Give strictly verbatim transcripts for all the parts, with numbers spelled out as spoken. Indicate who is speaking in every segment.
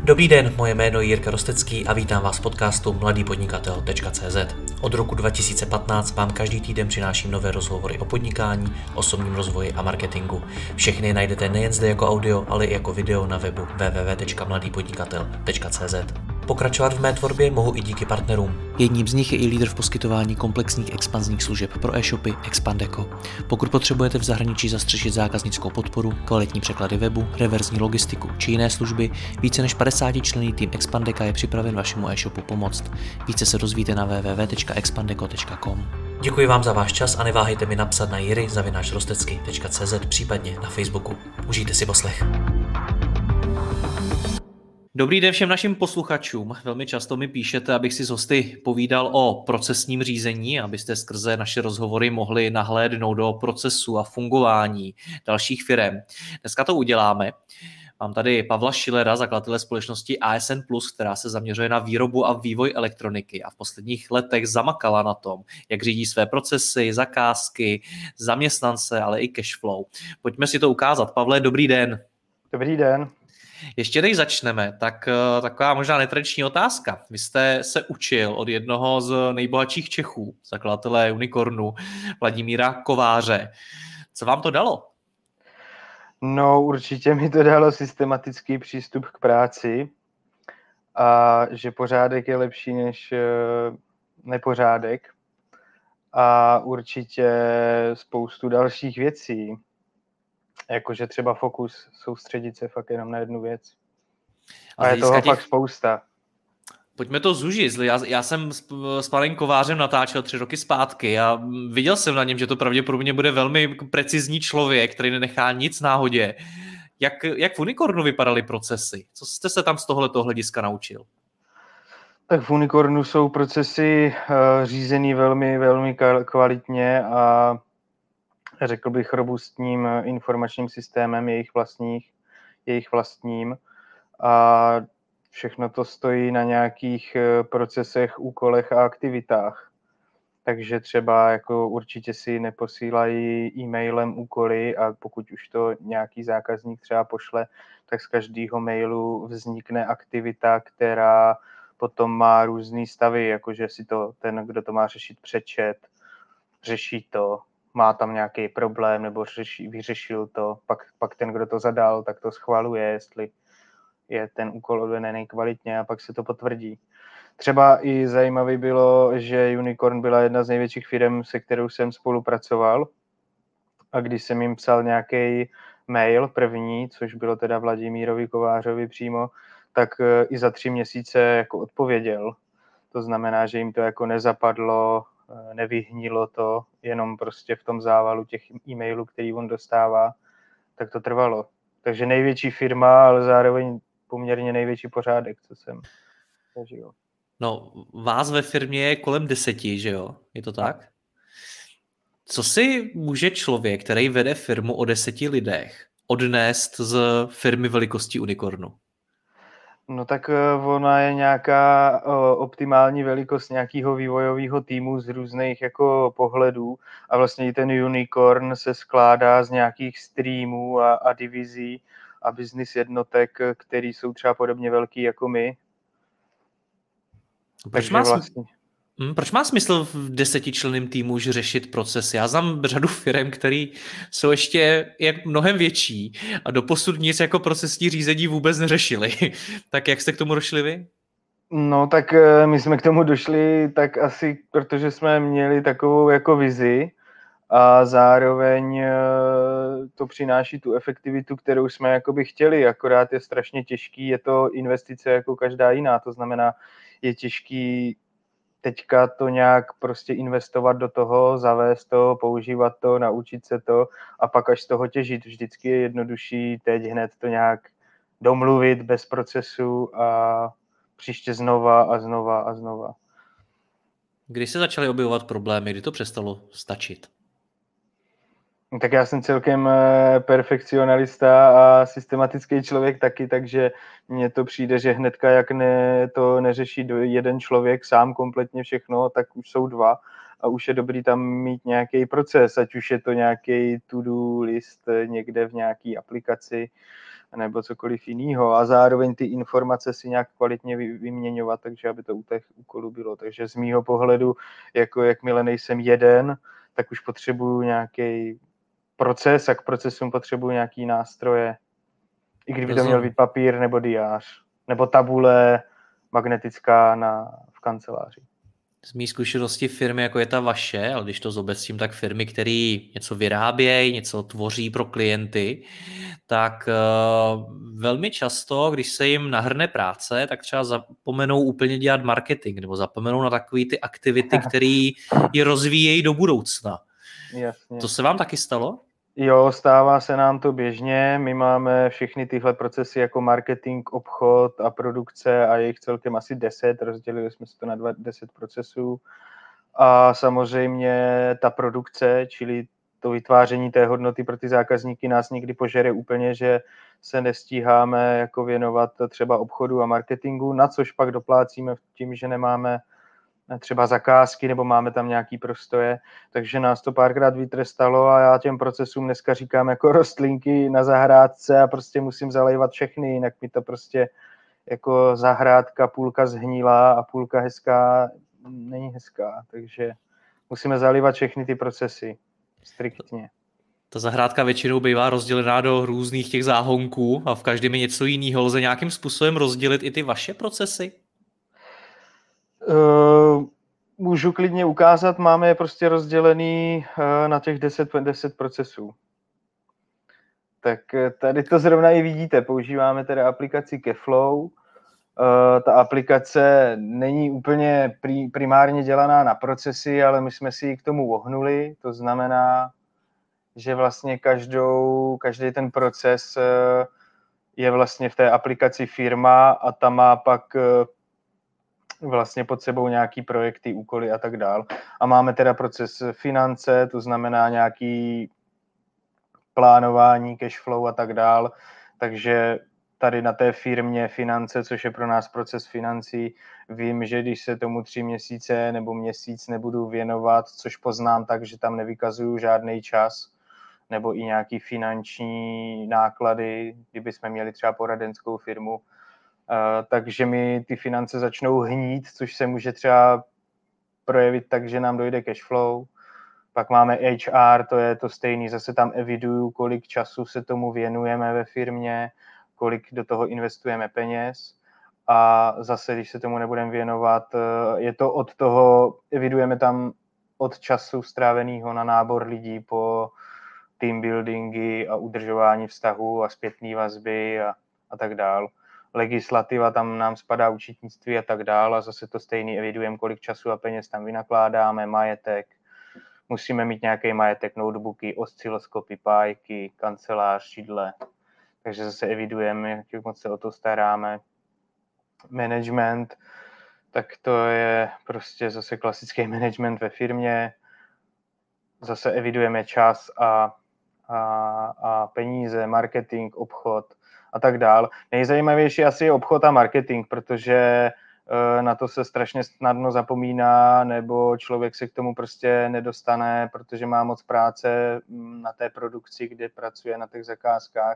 Speaker 1: Dobrý den, moje jméno je Jirka Rostecký a vítám vás v podcastu mladý podnikatel tečka cé zet. Od roku dva tisíce patnáct vám každý týden přináším nové rozhovory o podnikání, osobním rozvoji a marketingu. Všechny najdete nejen zde jako audio, ale i jako video na webu w w w tečka mladý podnikatel tečka cé zet. Pokračovat v mé tvorbě mohu i díky partnerům. Jedním z nich je i lídr v poskytování komplexních expanzních služeb pro e-shopy Expandeco. Pokud potřebujete v zahraničí zastřešit zákaznickou podporu, kvalitní překlady webu, reverzní logistiku či jiné služby, více než padesátičlenný tým Expandeca je připraven vašemu e-shopu pomoct. Více se dozvíte na w w w tečka expandeco tečka com. Děkuji vám za váš čas a neváhejte mi napsat na jiry zavináč rostecky tečka cé zet, případně na Facebooku. Užijte si poslech. Dobrý den všem našim posluchačům. Velmi často mi píšete, abych si s hosty povídal o procesním řízení, abyste skrze naše rozhovory mohli nahlédnout do procesu a fungování dalších firem. Dneska to uděláme. Mám tady Pavla Schillera, zakladatele společnosti A S N plus, která se zaměřuje na výrobu a vývoj elektroniky a v posledních letech zamakala na tom, jak řídí své procesy, zakázky, zaměstnance, ale i cashflow. Pojďme si to ukázat. Pavle, dobrý den.
Speaker 2: Dobrý den.
Speaker 1: Ještě než začneme, tak taková možná netradiční otázka. Vy jste se učil od jednoho z nejbohatších Čechů, zakladatele Unicornu, Vladimíra Kováře. Co vám to dalo?
Speaker 2: No, určitě mi to dalo systematický přístup k práci a že pořádek je lepší než nepořádek a určitě spoustu dalších věcí. Jakože třeba fokus, soustředit se fakt jenom na jednu věc. A, a je toho těch... fakt spousta.
Speaker 1: Pojďme to zúžit. Já, já jsem s, s panem Kovářem natáčel tři roky zpátky a viděl jsem na něm, že to pravděpodobně bude velmi precizní člověk, který nenechá nic náhodě. Jak, jak v Unicornu vypadaly procesy? Co jste se tam z tohoto hlediska naučil?
Speaker 2: Tak v Unicornu jsou procesy uh, řízený velmi, velmi kvalitně a řekl bych robustním informačním systémem jejich vlastních, jejich vlastním a všechno to stojí na nějakých procesech, úkolech a aktivitách. Takže třeba jako určitě si neposílají e-mailem úkoly a pokud už to nějaký zákazník třeba pošle, tak z každého mailu vznikne aktivita, která potom má různý stavy, jakože si to ten, kdo to má řešit, přečet, řeší to, má tam nějaký problém nebo řeší, vyřešil to, pak, pak ten, kdo to zadal, tak to schvaluje, jestli je ten úkol odvedený kvalitně a pak se to potvrdí. Třeba i zajímavý bylo, že Unicorn byla jedna z největších firm, se kterou jsem spolupracoval a když jsem jim psal nějaký mail první, což bylo teda Vladimírovi Kovářovi přímo, tak i za tři měsíce jako odpověděl. To znamená, že jim to jako nezapadlo, nevyhnilo to, jenom prostě v tom závalu těch e-mailů, který on dostává, tak to trvalo. Takže největší firma, ale zároveň poměrně největší pořádek, co jsem zažil.
Speaker 1: No, vás ve firmě je kolem deseti, že jo? Je to tak? Co si může člověk, který vede firmu o deseti lidech, odnést z firmy velikosti Unicornu?
Speaker 2: No tak ona je nějaká optimální velikost nějakého vývojového týmu z různých jako pohledů a vlastně i ten Unicorn se skládá z nějakých streamů a, a divizí a business jednotek, který jsou třeba podobně velký jako my.
Speaker 1: Proč má, vlastně... hmm, proč má smysl v desetičlenném týmu už řešit procesy? Já znám řadu firm, které jsou ještě jak mnohem větší a doposud nic jako procesní řízení vůbec neřešili. Tak jak jste k tomu došli vy?
Speaker 2: No tak my jsme k tomu došli tak asi, protože jsme měli takovou jako vizi a zároveň to přináší tu efektivitu, kterou jsme jakoby chtěli, akorát je strašně těžký, je to investice jako každá jiná, to znamená, je těžký teďka to nějak prostě investovat do toho, zavést to, používat to, naučit se to a pak až z toho těžit. Vždycky je jednodušší teď hned to nějak domluvit bez procesu a příště znova a znova a znova.
Speaker 1: Kdy se začaly objevovat problémy, kdy to přestalo stačit?
Speaker 2: Tak já jsem celkem perfekcionalista a systematický člověk taky, takže mně to přijde, že hnedka, jak ne, to neřeší jeden člověk sám kompletně všechno, tak už jsou dva a už je dobrý tam mít nějaký proces, ať už je to nějaký to-do list někde v nějaké aplikaci, nebo cokoliv jiného a zároveň ty informace si nějak kvalitně vyměňovat, takže aby to u těch úkolů bylo. Takže z mýho pohledu, jako jakmile nejsem jeden, tak už potřebuju nějaký proces a k procesům potřebuju nějaký nástroje. I kdyby to měl být papír nebo diář, nebo tabule magnetická na, v kanceláři.
Speaker 1: Z mý zkušenosti firmy, jako je ta vaše, ale když to zobecním, tak firmy, které něco vyrábějí, něco tvoří pro klienty, tak uh, velmi často, když se jim nahrne práce, tak třeba zapomenou úplně dělat marketing, nebo zapomenou na takové ty aktivity, které je rozvíjejí do budoucna.
Speaker 2: Jasně.
Speaker 1: To se vám taky stalo?
Speaker 2: Jo, stává se nám to běžně. My máme všechny tyhle procesy jako marketing, obchod a produkce a je jich celkem asi deset. Rozdělili jsme si to na dva, deset procesů. A samozřejmě ta produkce, čili to vytváření té hodnoty pro ty zákazníky nás někdy požere úplně, že se nestíháme jako věnovat třeba obchodu a marketingu, na což pak doplácíme tím, že nemáme třeba zakázky nebo máme tam nějaký prostoje, takže nás to párkrát vytrestalo a já těm procesům dneska říkám jako rostlinky na zahrádce a prostě musím zalejvat všechny, jinak mi to prostě jako zahrádka půlka zhnilá a půlka hezká není hezká, takže musíme zalívat všechny ty procesy striktně.
Speaker 1: Ta zahrádka většinou bývá rozdělená do různých těch záhonků a v každém je něco jiného. Lze nějakým způsobem rozdělit i ty vaše procesy?
Speaker 2: Uh, můžu klidně ukázat, máme je prostě rozdělený uh, na těch deset, deset procesů. Tak tady to zrovna i vidíte, používáme teda aplikaci Keflow. Uh, ta aplikace není úplně primárně dělaná na procesy, ale my jsme si ji k tomu ohnuli, to znamená, že vlastně každou, každý ten proces je vlastně v té aplikaci firma a ta má pak vlastně pod sebou nějaký projekty, úkoly a tak dál. A máme teda proces finance, to znamená nějaký plánování, cash flow a tak dál. Takže tady na té firmě finance, což je pro nás proces financí, vím, že když se tomu tři měsíce nebo měsíc nebudu věnovat, což poznám tak, že tam nevykazuju žádný čas, nebo i nějaký finanční náklady, kdyby jsme měli třeba poradenskou firmu, uh, takže mi ty finance začnou hnít, což se může třeba projevit tak, že nám dojde cash flow. Pak máme H R, to je to stejný, zase tam eviduju, kolik času se tomu věnujeme ve firmě, kolik do toho investujeme peněz a zase, když se tomu nebudeme věnovat, je to od toho, evidujeme tam od času stráveného na nábor lidí po team buildingy a udržování vztahu a zpětné vazby a, a tak dál. Legislativa, tam nám spadá účetnictví a tak dál a zase to stejný evidujeme, kolik času a peněz tam vynakládáme, majetek. Musíme mít nějaký majetek, notebooky, osciloskopy, pájky, kancelář, šidle. Takže zase evidujeme, jak moc se o to staráme. Management, tak to je prostě zase klasický management ve firmě. Zase evidujeme čas a, a, a peníze, marketing, obchod a tak dál. Nejzajímavější asi je obchod a marketing, protože na to se strašně snadno zapomíná, nebo člověk se k tomu prostě nedostane, protože má moc práce na té produkci, kde pracuje na těch zakázkách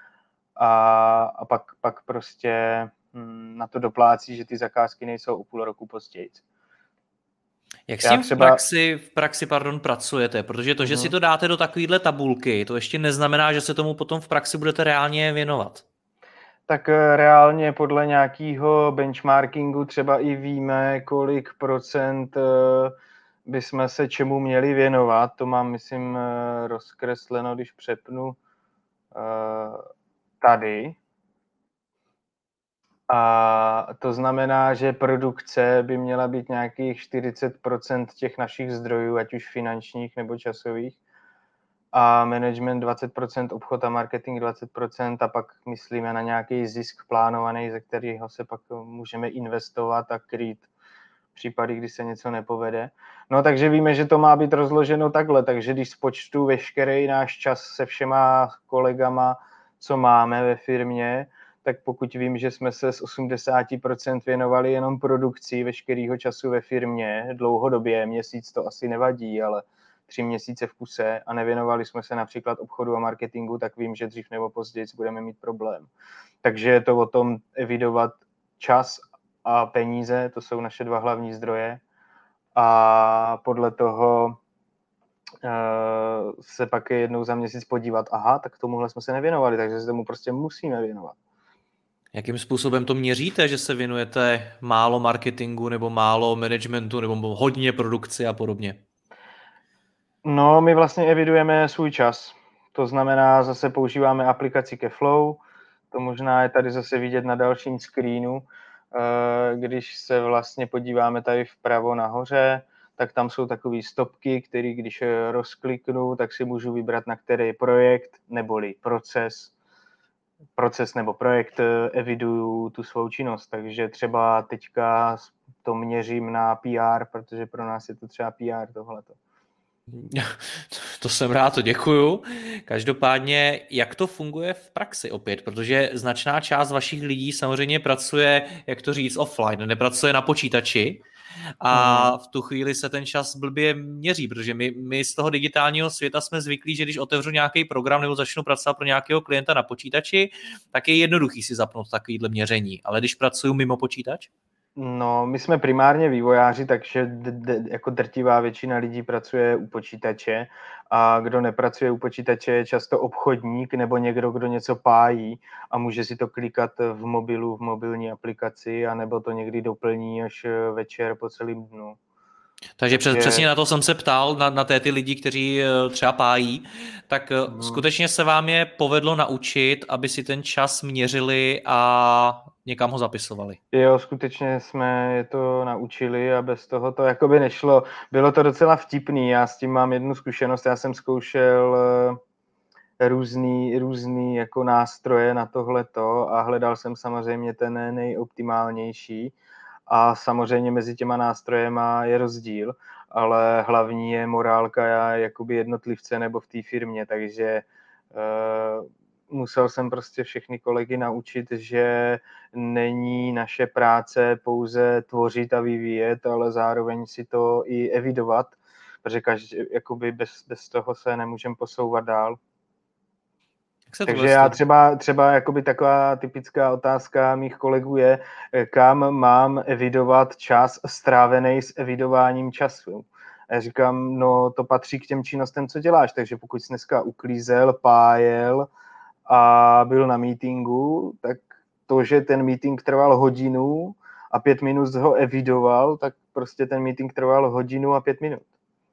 Speaker 2: a, a pak, pak prostě na to doplácí, že ty zakázky nejsou o půl roku později.
Speaker 1: Jak s tím třeba... v praxi, v praxi pardon, pracujete? Protože to, že hmm. si to dáte do takovéhle tabulky, to ještě neznamená, že se tomu potom v praxi budete reálně věnovat.
Speaker 2: Tak reálně podle nějakého benchmarkingu třeba i víme, kolik procent bychom se čemu měli věnovat. To mám, myslím, rozkresleno, když přepnu tady. A to znamená, že produkce by měla být nějakých čtyřicet procent těch našich zdrojů, ať už finančních nebo časových. A management dvacet procent, obchod a marketing dvacet procent a pak myslíme na nějaký zisk plánovaný, ze kterého se pak můžeme investovat a krýt případy, kdy se něco nepovede. No takže víme, že to má být rozloženo takhle, takže když spočtu veškerý náš čas se všema kolegama, co máme ve firmě, tak pokud vím, že jsme se z osmdesát procent věnovali jenom produkci veškerého času ve firmě, dlouhodobě, měsíc to asi nevadí, ale tři měsíce v kuse a nevěnovali jsme se například obchodu a marketingu, tak vím, že dřív nebo později budeme mít problém. Takže je to o tom evidovat čas a peníze, to jsou naše dva hlavní zdroje, a podle toho se pak jednou za měsíc podívat, aha, tak tomuhle jsme se nevěnovali, takže se tomu prostě musíme věnovat.
Speaker 1: Jakým způsobem to měříte, že se věnujete málo marketingu nebo málo managementu nebo hodně produkci a podobně?
Speaker 2: No, my vlastně evidujeme svůj čas. To znamená, zase používáme aplikaci Keflow, to možná je tady zase vidět na dalším screenu, když se vlastně podíváme tady vpravo nahoře, tak tam jsou takové stopky, které když rozkliknu, tak si můžu vybrat, na který projekt neboli proces, proces nebo projekt eviduju tu svou činnost. Takže třeba teďka to měřím na P R, protože pro nás je to třeba P R tohleto.
Speaker 1: To jsem rád, to děkuju. Každopádně, jak to funguje v praxi opět? Protože značná část vašich lidí samozřejmě pracuje, jak to říct, offline, nepracuje na počítači a v tu chvíli se ten čas blbě měří, protože my, my z toho digitálního světa jsme zvyklí, že když otevřu nějaký program nebo začnu pracovat pro nějakého klienta na počítači, tak je jednoduchý si zapnout takovýhle měření. Ale když pracuju mimo počítač?
Speaker 2: No, my jsme primárně vývojáři, takže d- d- jako drtivá většina lidí pracuje u počítače a kdo nepracuje u počítače je často obchodník nebo někdo, kdo něco pájí a může si to klikat v mobilu, v mobilní aplikaci, anebo to někdy doplní až večer po celým dnu.
Speaker 1: Takže přes, přesně na to jsem se ptal, na, na té ty lidi, kteří třeba pájí, tak hmm. skutečně se vám je povedlo naučit, aby si ten čas měřili a někam ho zapisovali.
Speaker 2: Jo, skutečně jsme je to naučili a bez toho to jakoby nešlo. Bylo to docela vtipný, já s tím mám jednu zkušenost, já jsem zkoušel různý, různý jako nástroje na tohleto a hledal jsem samozřejmě ten nejoptimálnější. A samozřejmě mezi těma nástrojema je rozdíl, ale hlavní je morálka jakoby jednotlivce nebo v té firmě, takže uh, musel jsem prostě všechny kolegy naučit, že není naše práce pouze tvořit a vyvíjet, ale zároveň si to i evidovat, protože každý, jakoby bez, bez toho se nemůžeme posouvat dál. Takže já třeba, třeba jakoby taková typická otázka mých kolegů je, kam mám evidovat čas strávený s evidováním času. A já říkám, no to patří k těm činnostem, co děláš, takže pokud jsi dneska uklízel, pájel a byl na meetingu, tak to, že ten meeting trval hodinu a pět minut ho evidoval, tak prostě ten meeting trval hodinu a pět minut.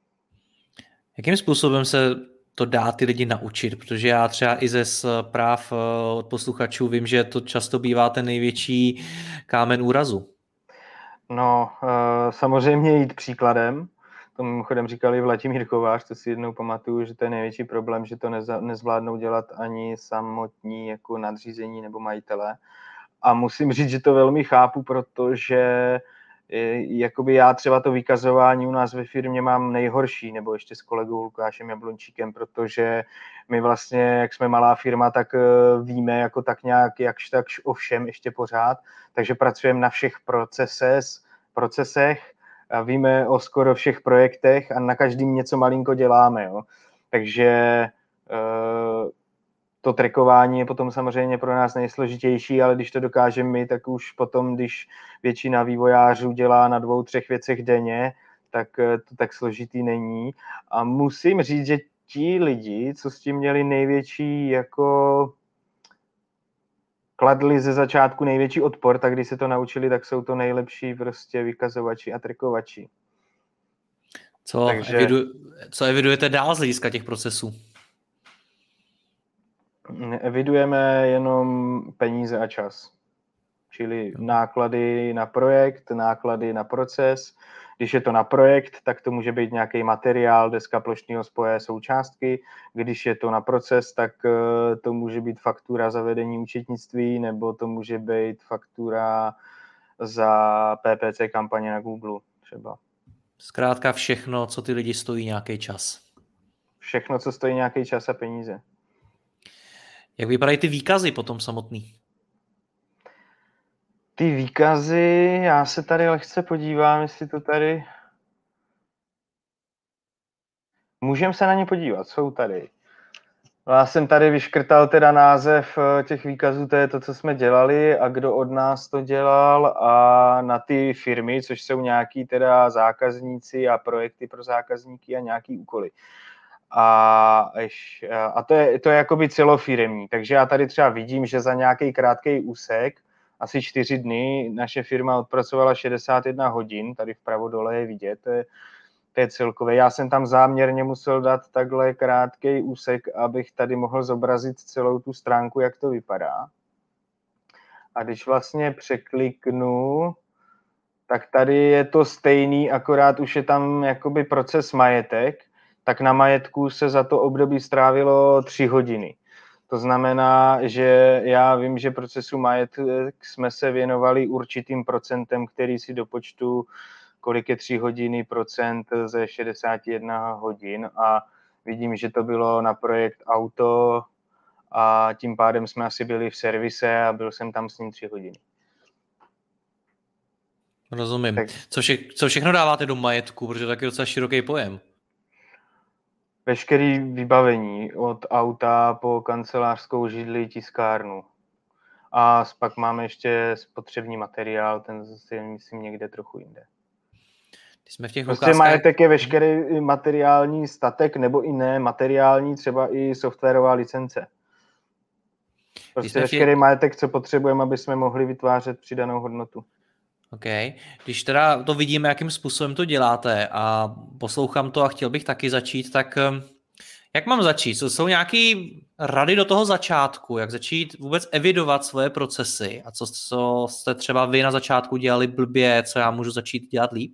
Speaker 1: Jakým způsobem se to dá ty lidi naučit, protože já třeba i ze zpráv od posluchačů vím, že to často bývá ten největší kámen úrazu.
Speaker 2: No, samozřejmě jít příkladem, to mimochodem říkali Vladimír Kovář, to si jednou pamatuju, že to je největší problém, že to nezvládnou dělat ani samotní jako nadřízení nebo majitelé. A musím říct, že to velmi chápu, protože jakoby já třeba to vykazování u nás ve firmě mám nejhorší, nebo ještě s kolegou Lukášem Jablončíkem, protože my vlastně, jak jsme malá firma, tak víme jako tak nějak jakž takž o všem ještě pořád, takže pracujeme na všech procesech, procesech a víme o skoro všech projektech a na každým něco malinko děláme, jo. Takže to trackování je potom samozřejmě pro nás nejsložitější, ale když to dokážeme my, tak už potom, když většina vývojářů dělá na dvou, třech věcech denně, tak to tak složitý není. A musím říct, že ti lidi, co s tím měli největší, jako kladli ze začátku největší odpor, tak když se to naučili, tak jsou to nejlepší prostě vykazovači a trackovači.
Speaker 1: Co, Takže... evidu... co evidujete dál z hlediska těch procesů?
Speaker 2: Evidujeme jenom peníze a čas, čili náklady na projekt, náklady na proces. Když je to na projekt, tak to může být nějaký materiál, deska plošného spoje, součástky. Když je to na proces, tak to může být faktura za vedení účetnictví, nebo to může být faktura za P P C kampaně na Google třeba.
Speaker 1: Zkrátka všechno, co ty lidi stojí nějaký čas.
Speaker 2: Všechno, co stojí nějaký čas a peníze.
Speaker 1: Jak vypadají ty výkazy potom samotný?
Speaker 2: Ty výkazy, já se tady lehce podívám, jestli to tady... Můžeme se na ně podívat, jsou tady. Já jsem tady vyškrtal teda název těch výkazů, to je to, co jsme dělali a kdo od nás to dělal a na ty firmy, což jsou nějaký teda zákazníci a projekty pro zákazníky a nějaký úkoly. A, a to je, to je jakoby celofiremní, takže já tady třeba vidím, že za nějaký krátký úsek, asi čtyři dny, naše firma odpracovala šedesát jedna hodin, tady vpravo dole je vidět, to je, to je celkové. Já jsem tam záměrně musel dát takhle krátký úsek, abych tady mohl zobrazit celou tu stránku, jak to vypadá. A když vlastně překliknu, tak tady je to stejný, akorát už je tam jakoby proces majetek, tak na majetku se za to období strávilo tři hodiny. To znamená, že já vím, že procesu majetek jsme se věnovali určitým procentem, který si dopočtu, kolik je tři hodiny procent ze šedesát jedna hodin a vidím, že to bylo na projekt auto a tím pádem jsme asi byli v servise a byl jsem tam s ním tři hodiny.
Speaker 1: Rozumím. Tak. Co, vše, co všechno dáváte do majetku, protože to je docela široký pojem?
Speaker 2: Veškerý vybavení, od auta po kancelářskou židli, tiskárnu. A pak máme ještě spotřební materiál, ten zase myslím někde trochu jinde.
Speaker 1: Jsme v těch
Speaker 2: prostě
Speaker 1: ukázkách...
Speaker 2: majetek je veškerý materiální statek nebo i ne materiální, třeba i softwarová licence. Prostě veškerý těch... majetek, co potřebujeme, aby jsme mohli vytvářet přidanou hodnotu.
Speaker 1: OK. Když teda to vidíme, jakým způsobem to děláte a poslouchám to a chtěl bych taky začít, tak jak mám začít? Co jsou nějaké rady do toho začátku? Jak začít vůbec evidovat svoje procesy? A co, co jste třeba vy na začátku dělali blbě, co já můžu začít dělat líp?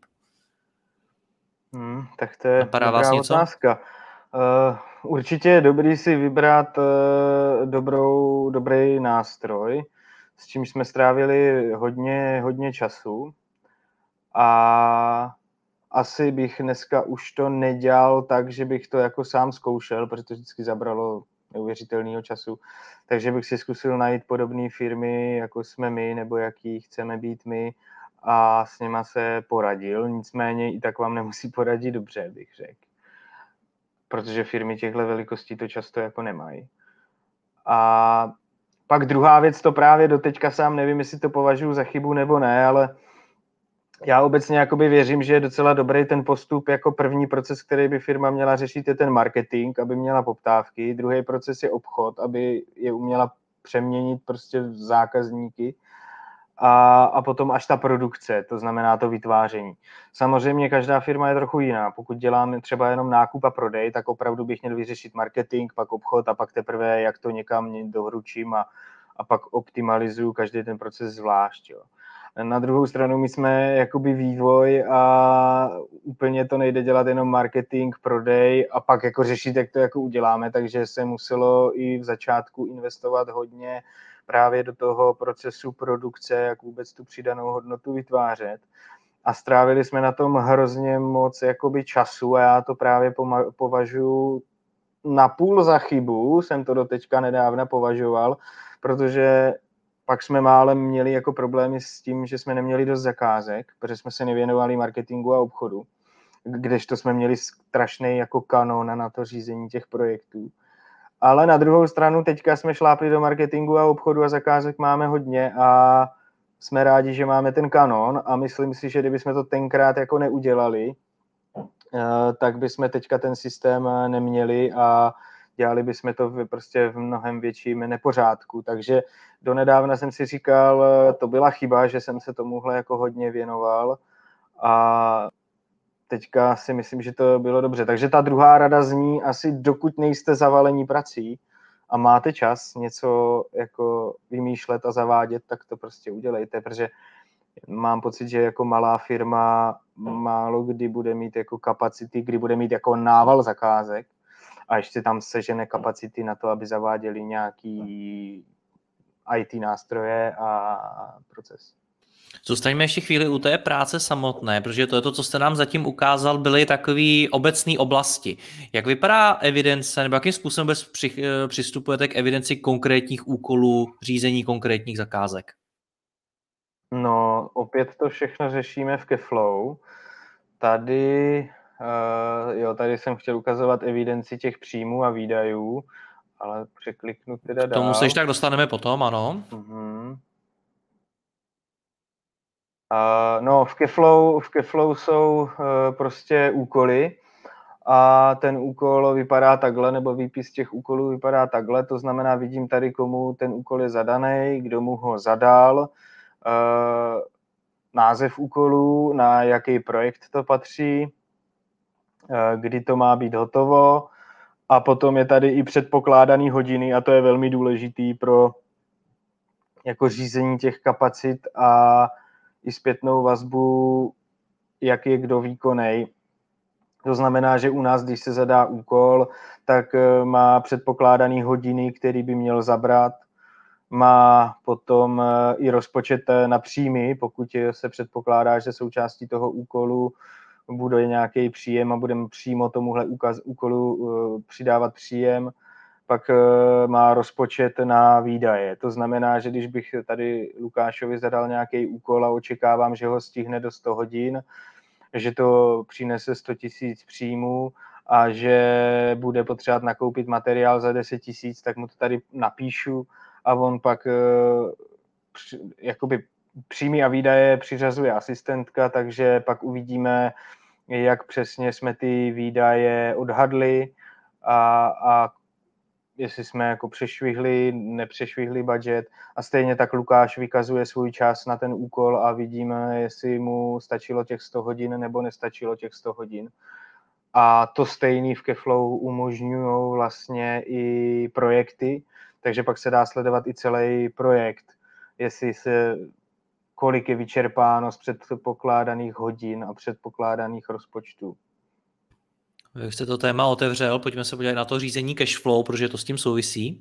Speaker 2: Hmm, tak to je
Speaker 1: Napadá
Speaker 2: dobrá
Speaker 1: vás
Speaker 2: otázka. Uh, určitě je dobrý si vybrat uh, dobrou, dobrý nástroj, s čím jsme strávili hodně, hodně času. A asi bych dneska už to nedělal tak, že bych to jako sám zkoušel, protože to vždycky zabralo neuvěřitelného času. Takže bych si zkusil najít podobné firmy, jako jsme my, nebo jaký chceme být my, a s nima se poradil. Nicméně i tak vám nemusí poradit dobře, bych řekl. Protože firmy těchto velikostí to často jako nemají. A pak druhá věc, to právě doteďka sám nevím, jestli to považuji za chybu nebo ne, ale já obecně jakoby věřím, že je docela dobrý ten postup, jako první proces, který by firma měla řešit, je ten marketing, aby měla poptávky. Druhý proces je obchod, aby je uměla přeměnit prostě v zákazníky. A, a potom až ta produkce, to znamená to vytváření. Samozřejmě každá firma je trochu jiná. Pokud děláme třeba jenom nákup a prodej, tak opravdu bych měl vyřešit marketing, pak obchod a pak teprve, jak to někam doručím a, a pak optimalizuju každý ten proces zvlášť. Jo. Na druhou stranu my jsme jakoby vývoj a úplně to nejde dělat jenom marketing, prodej a pak jako řešit, jak to jako uděláme, takže se muselo i v začátku investovat hodně právě do toho procesu produkce, jak vůbec tu přidanou hodnotu vytvářet. A strávili jsme na tom hrozně moc jakoby času a já to právě považuji napůl za chybu, jsem to doteďka nedávna považoval, protože pak jsme málem měli jako problémy s tím, že jsme neměli dost zakázek, protože jsme se nevěnovali marketingu a obchodu, kdežto jsme měli strašný jako kanon na to řízení těch projektů. Ale na druhou stranu teďka jsme šlápli do marketingu a obchodu a zakázek máme hodně a jsme rádi, že máme ten kanon a myslím si, že kdybychom to tenkrát jako neudělali, tak bychom teďka ten systém neměli a dělali bychom to v, prostě v mnohem větším nepořádku. Takže donedávna jsem si říkal, to byla chyba, že jsem se tomuhle jako hodně věnoval a teďka si myslím, že to bylo dobře. Takže ta druhá rada zní asi, dokud nejste zavalení prací a máte čas něco jako vymýšlet a zavádět, tak to prostě udělejte, protože mám pocit, že jako malá firma málo kdy bude mít jako kapacity, kdy bude mít jako nával zakázek a ještě tam sežene kapacity na to, aby zaváděli nějaký í té nástroje a proces.
Speaker 1: Zůstaňme ještě chvíli u té práce samotné, protože to je to, co jste nám zatím ukázal, byly takové obecné oblasti. Jak vypadá evidence, nebo jakým způsobem při, přistupujete k evidenci konkrétních úkolů, řízení konkrétních zakázek?
Speaker 2: No, opět to všechno řešíme v Keflow. Tady Uh, jo, tady jsem chtěl ukazovat evidenci těch příjmů a výdajů, ale překliknu teda
Speaker 1: K tomu
Speaker 2: dál.
Speaker 1: se ještě tak dostaneme potom, ano.
Speaker 2: Uh-huh. Uh, no, v Keflow, v Keflow jsou uh, prostě úkoly a ten úkol vypadá takhle, nebo výpis těch úkolů vypadá takhle, to znamená, vidím tady, komu ten úkol je zadaný, kdo mu ho zadal, uh, název úkolu, na jaký projekt to patří, uh, kdy to má být hotovo a potom je tady i předpokládaný hodiny a to je velmi důležitý pro jako řízení těch kapacit a i zpětnou vazbu, jak je kdo výkonnej. To znamená, že u nás, když se zadá úkol, tak má předpokládaný hodiny, který by měl zabrat. Má potom i rozpočet na příjmy, pokud se předpokládá, že součástí toho úkolu bude nějaký příjem a budeme přímo tomuhle úkolu přidávat příjem, pak má rozpočet na výdaje. To znamená, že když bych tady Lukášovi zadal nějaký úkol a očekávám, že ho stihne do sto hodin, že to přinese sto tisíc příjmů a že bude potřebovat nakoupit materiál za deset tisíc, tak mu to tady napíšu a on pak jakoby příjmy a výdaje přiřazuje asistentka, takže pak uvidíme, jak přesně jsme ty výdaje odhadli a, a jestli jsme jako přešvihli, nepřešvihli budget a stejně tak Lukáš vykazuje svůj čas na ten úkol a vidíme, jestli mu stačilo těch sto hodin nebo nestačilo těch sto hodin. A to stejný v Keflow umožňují vlastně i projekty, takže pak se dá sledovat i celý projekt, jestli se, kolik je vyčerpáno z předpokládaných hodin a předpokládaných rozpočtů.
Speaker 1: Vy jste to téma otevřel, pojďme se podívat na to řízení cashflow, protože to s tím souvisí.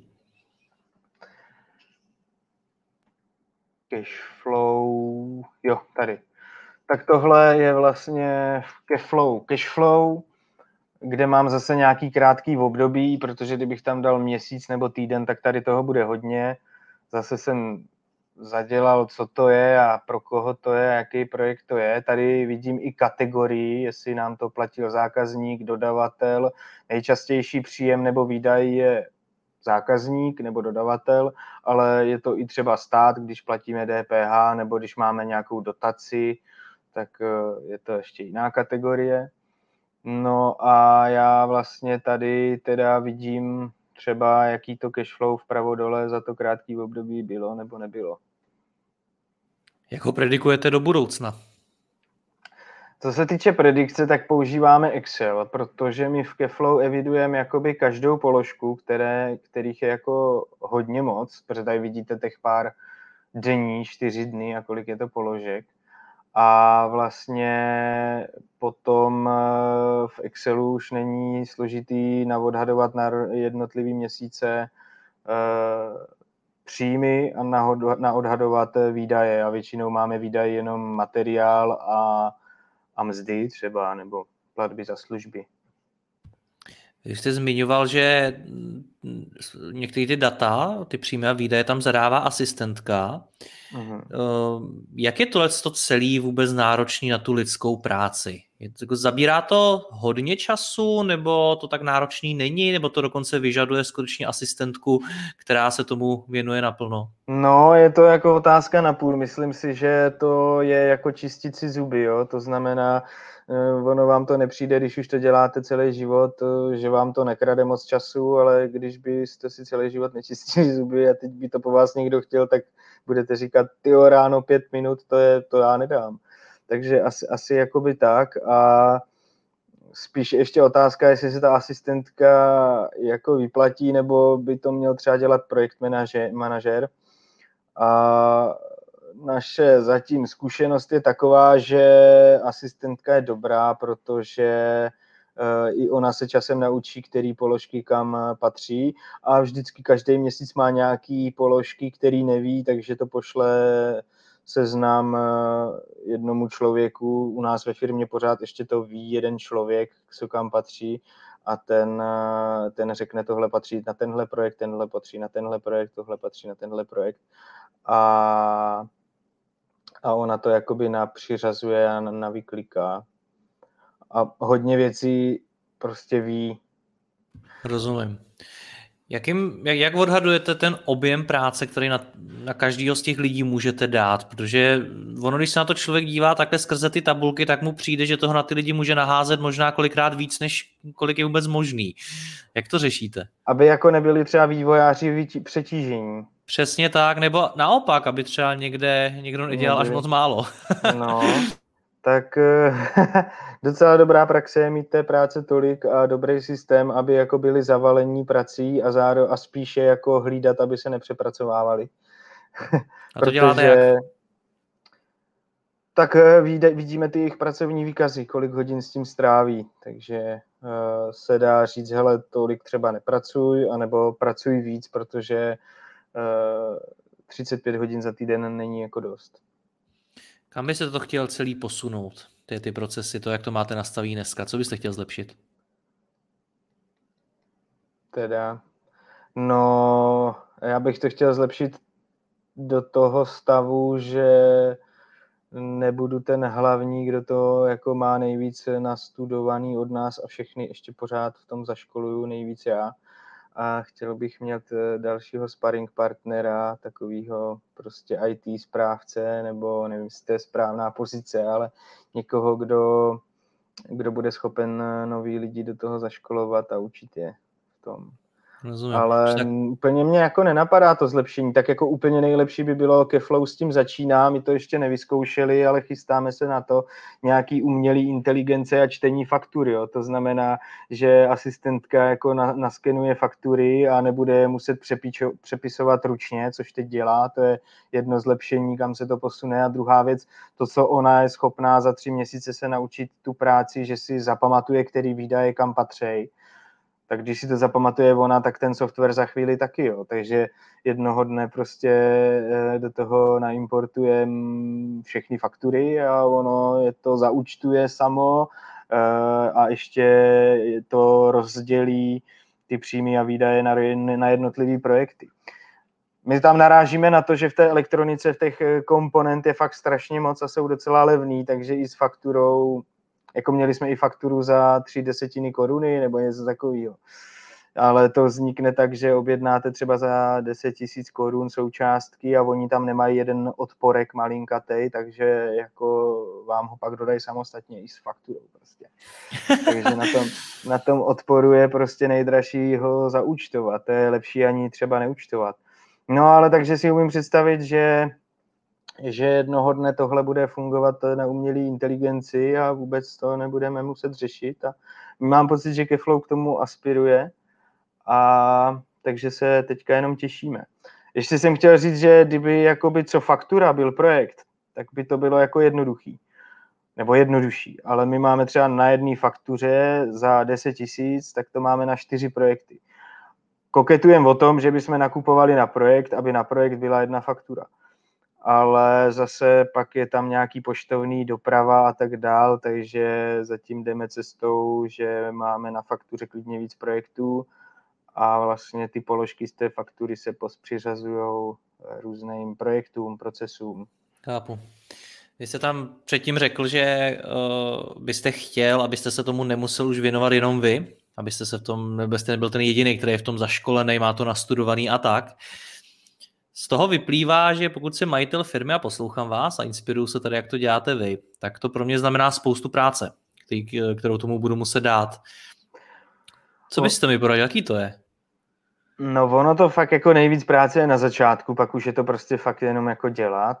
Speaker 2: Cashflow, jo, tady. Tak tohle je vlastně cashflow, cashflow, kde mám zase nějaký krátký období, protože kdybych tam dal měsíc nebo týden, tak tady toho bude hodně. Zase jsem zadělal, co to je a pro koho to je, jaký projekt to je. Tady vidím i kategorii, jestli nám to platil zákazník, dodavatel. Nejčastější příjem nebo výdaj je zákazník nebo dodavatel, ale je to i třeba stát, když platíme D P H nebo když máme nějakou dotaci, tak je to ještě jiná kategorie. No a já vlastně tady teda vidím třeba, jaký to cashflow vpravo dole za to krátký období bylo nebo nebylo.
Speaker 1: Jak ho predikujete do budoucna?
Speaker 2: Co se týče predikce, tak používáme Excel, protože my v Keflow evidujeme jakoby každou položku, které, kterých je jako hodně moc, protože tady vidíte těch pár dní, čtyři dny a kolik je to položek. A vlastně potom v Excelu už není složitý naodhadovat na jednotlivý měsíce příjmy a naodhadovat výdaje. A většinou máme výdaje jenom materiál a, a mzdy třeba, nebo platby za služby.
Speaker 1: Vy jste zmiňoval, že některé ty data, ty příjmy a výdaje tam zadává asistentka. Mm-hmm. Jak je tohle to celý vůbec náročný na tu lidskou práci? Zabírá to hodně času, nebo to tak náročný není, nebo to dokonce vyžaduje skutečně asistentku, která se tomu věnuje naplno?
Speaker 2: No, je to jako otázka na půl. Myslím si, že to je jako čistit si zuby, jo? To znamená, ono vám to nepřijde, když už to děláte celý život, že vám to nekrade moc času, ale když byste si celý život nečistili zuby a teď by to po vás někdo chtěl, tak budete říkat, tyjo, ráno pět minut, to, je, to já nedám. Takže asi, asi jakoby tak a spíš ještě otázka, jestli se ta asistentka jako vyplatí, nebo by to měl třeba dělat projekt manažer. A naše zatím zkušenost je taková, že asistentka je dobrá, protože i ona se časem naučí, který položky kam patří a vždycky každý měsíc má nějaký položky, který neví, takže to pošle seznam jednomu člověku. U nás ve firmě pořád ještě to ví jeden člověk, co kam patří a ten, ten řekne, tohle patří na tenhle projekt, tenhle patří na tenhle projekt, tohle patří na tenhle projekt. A, a ona to jakoby napřiřazuje a navykliká. a hodně věcí prostě ví.
Speaker 1: Rozumím. Jakým, jak, jak odhadujete ten objem práce, který na, na každého z těch lidí můžete dát? Protože ono, když se na to člověk dívá takhle skrze ty tabulky, tak mu přijde, že toho na ty lidi může naházet možná kolikrát víc, než kolik je vůbec možný. Jak to řešíte?
Speaker 2: Aby jako nebyli třeba vývojáři přetížení.
Speaker 1: Přesně tak, nebo naopak, aby třeba někde někdo nedělal až moc málo.
Speaker 2: No, tak docela dobrá praxe je mít té práce tolik a dobrý systém, aby jako byli zavalení prací a, záro, a spíše jako hlídat, aby se nepřepracovávali.
Speaker 1: A to děláte jak?
Speaker 2: Tak vidíme ty jejich pracovní výkazy, kolik hodin s tím stráví, takže uh, se dá říct, hele, tolik třeba nepracuj, anebo pracuj víc, protože uh, třicet pět hodin za týden není jako dost.
Speaker 1: Kam byste to chtěl celý posunout, ty, ty procesy, to, jak to máte nastavené dneska? Co byste chtěl zlepšit?
Speaker 2: Teda, no, já bych to chtěl zlepšit do toho stavu, že nebudu ten hlavní, kdo to jako má nejvíc nastudovaný od nás a všechny ještě pořád v tom zaškoluju nejvíc já. A chtěl bych mít dalšího sparring partnera, takového prostě í té správce, nebo nevím, jestli to je správná pozice, ale někoho, kdo, kdo bude schopen nový lidi do toho zaškolovat a učit je v tom.
Speaker 1: Rozumím.
Speaker 2: Ale tak... úplně mě jako nenapadá to zlepšení, tak jako úplně nejlepší by bylo ke Flow s tím začíná, my to ještě nevyzkoušeli, ale chystáme se na to nějaký umělý inteligence a čtení faktury, jo. To znamená, že asistentka jako na, naskenuje faktury a nebude je muset přepíčo, přepisovat ručně, což teď dělá, to je jedno zlepšení, kam se to posune. A druhá věc, to, co ona je schopná za tři měsíce se naučit tu práci, že si zapamatuje, který výdaje kam patří. Tak když si to zapamatuje ona, tak ten software za chvíli taky, jo. Takže jednoho dne prostě do toho naimportuje všechny faktury a ono je to zaúčtuje samo a ještě to rozdělí ty příjmy a výdaje na jednotlivé projekty. My tam narážíme na to, že v té elektronice v těch komponent je fakt strašně moc a jsou docela levný, takže i s fakturou jako měli jsme i fakturu za tři desetiny koruny nebo něco takového. Ale to vznikne tak, že objednáte třeba za deset tisíc korun součástky a oni tam nemají jeden odporek malinkatej, takže jako vám ho pak dodají samostatně i s fakturou prostě. Takže na tom, na tom odporu je prostě nejdražší ho zaúčtovat. To je lepší ani třeba neúčtovat. No ale takže si umím představit, že že jednoho dne tohle bude fungovat na umělé inteligenci a vůbec to nebudeme muset řešit. A mám pocit, že Keflow k tomu aspiruje, a takže se teďka jenom těšíme. Ještě jsem chtěl říct, že kdyby jakoby co faktura byl projekt, tak by to bylo jako jednoduchý. Nebo jednodušší. Ale my máme třeba na jedné faktuře za deset tisíc, tak to máme na čtyři projekty. Koketujeme o tom, že bychom nakupovali na projekt, aby na projekt byla jedna faktura. Ale zase pak je tam nějaký poštovní doprava a tak dál, takže zatím jdeme cestou, že máme na faktuře klidně víc projektů a vlastně ty položky z té faktury se přiřazují různým projektům, procesům.
Speaker 1: Chápu. Vy jste tam předtím řekl, že uh, byste chtěl, abyste se tomu nemusel už věnovat jenom vy, abyste se v tom, abyste nebyl ten jediný, který je v tom zaškolený, má to nastudovaný a tak. Z toho vyplývá, že pokud jsem majitel firmy a poslouchám vás a inspiruju se tady, jak to děláte vy, tak to pro mě znamená spoustu práce, který, kterou tomu budu muset dát. Co byste mi poradil, jaký to je?
Speaker 2: No ono to fakt jako nejvíc práce je na začátku, pak už je to prostě fakt jenom jako dělat.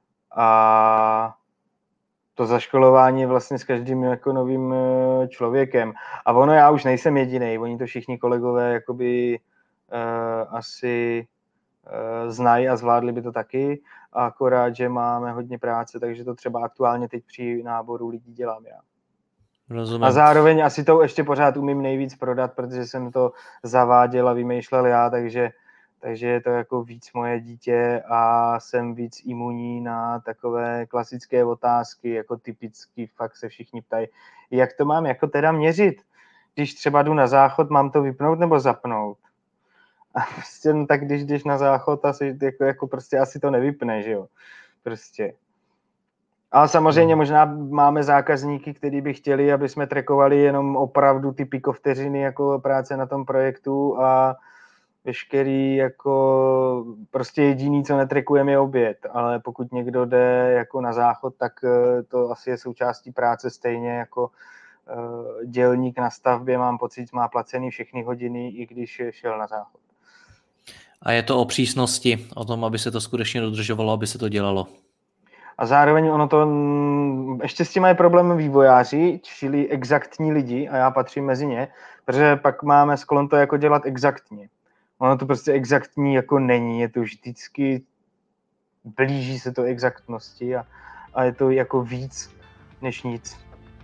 Speaker 2: A to zaškolování je vlastně s každým jako novým člověkem. A ono já už nejsem jedinej, oni to všichni kolegové jakoby uh, asi znají a zvládli by to taky, a akorát, že máme hodně práce, takže to třeba aktuálně teď při náboru lidí dělám já.
Speaker 1: Rozumím.
Speaker 2: A zároveň asi to ještě pořád umím nejvíc prodat, protože jsem to zaváděl a vymýšlel já, takže, takže je to jako víc moje dítě a jsem víc imunní na takové klasické otázky, jako typicky fakt se všichni ptají, jak to mám jako teda měřit, když třeba jdu na záchod, mám to vypnout nebo zapnout? A prostě, no, tak když jdeš na záchod, asi, jako, jako prostě asi to nevypne, že jo, prostě. Ale samozřejmě možná máme zákazníky, kteří by chtěli, aby jsme trackovali jenom opravdu ty pikovteřiny jako práce na tom projektu a veškerý jako prostě jediný, co netrackujeme, je oběd. Ale pokud někdo jde jako na záchod, tak to asi je součástí práce stejně jako dělník na stavbě, mám pocit, má placený všechny hodiny, i když šel na záchod.
Speaker 1: A je to o přísnosti, o tom, aby se to skutečně dodržovalo, aby se to dělalo.
Speaker 2: A zároveň ono to, ještě s tím mají problém vývojáři, čili exaktní lidi, a já patřím mezi ně, protože pak máme sklon to jako dělat exaktně. Ono to prostě exaktní jako není, je to vždycky, blíží se to exaktnosti a, a je to jako víc než nic.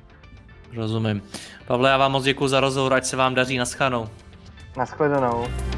Speaker 1: Rozumím. Pavle, já vám moc děkuji za rozhovor, ať se vám daří, naschledanou.
Speaker 2: Naschledanou.